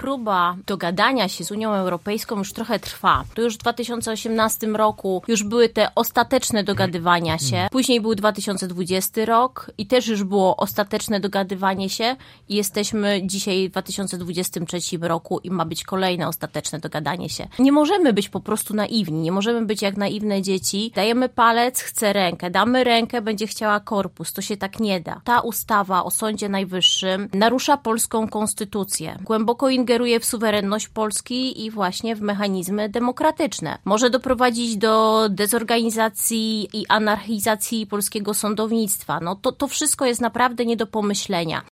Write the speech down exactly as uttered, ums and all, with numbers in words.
próba dogadania się z Unią Europejską już trochę trwa. To już w dwa tysiące osiemnastym roku już były te ostateczne dogadywania się. Później był dwa tysiące dwudziesty rok i też już było ostateczne dogadywanie się i jesteśmy dzisiaj w dwa tysiące dwudziestym trzecim roku i ma być kolejne ostateczne dogadanie się. Nie możemy być po prostu naiwni, nie możemy być jak naiwne dzieci. Dajemy palec, chce rękę, damy rękę, będzie chciała korpus. To się tak nie da. Ta ustawa o Sądzie Najwyższym narusza polską konstytucję. Głęboko ingeruje w suwerenność Polski i właśnie w mechanizmy demokratyczne. Może doprowadzić do dezorganizacji i anarchizacji polskiego sądownictwa. No to, to wszystko jest naprawdę nie do pomyślenia.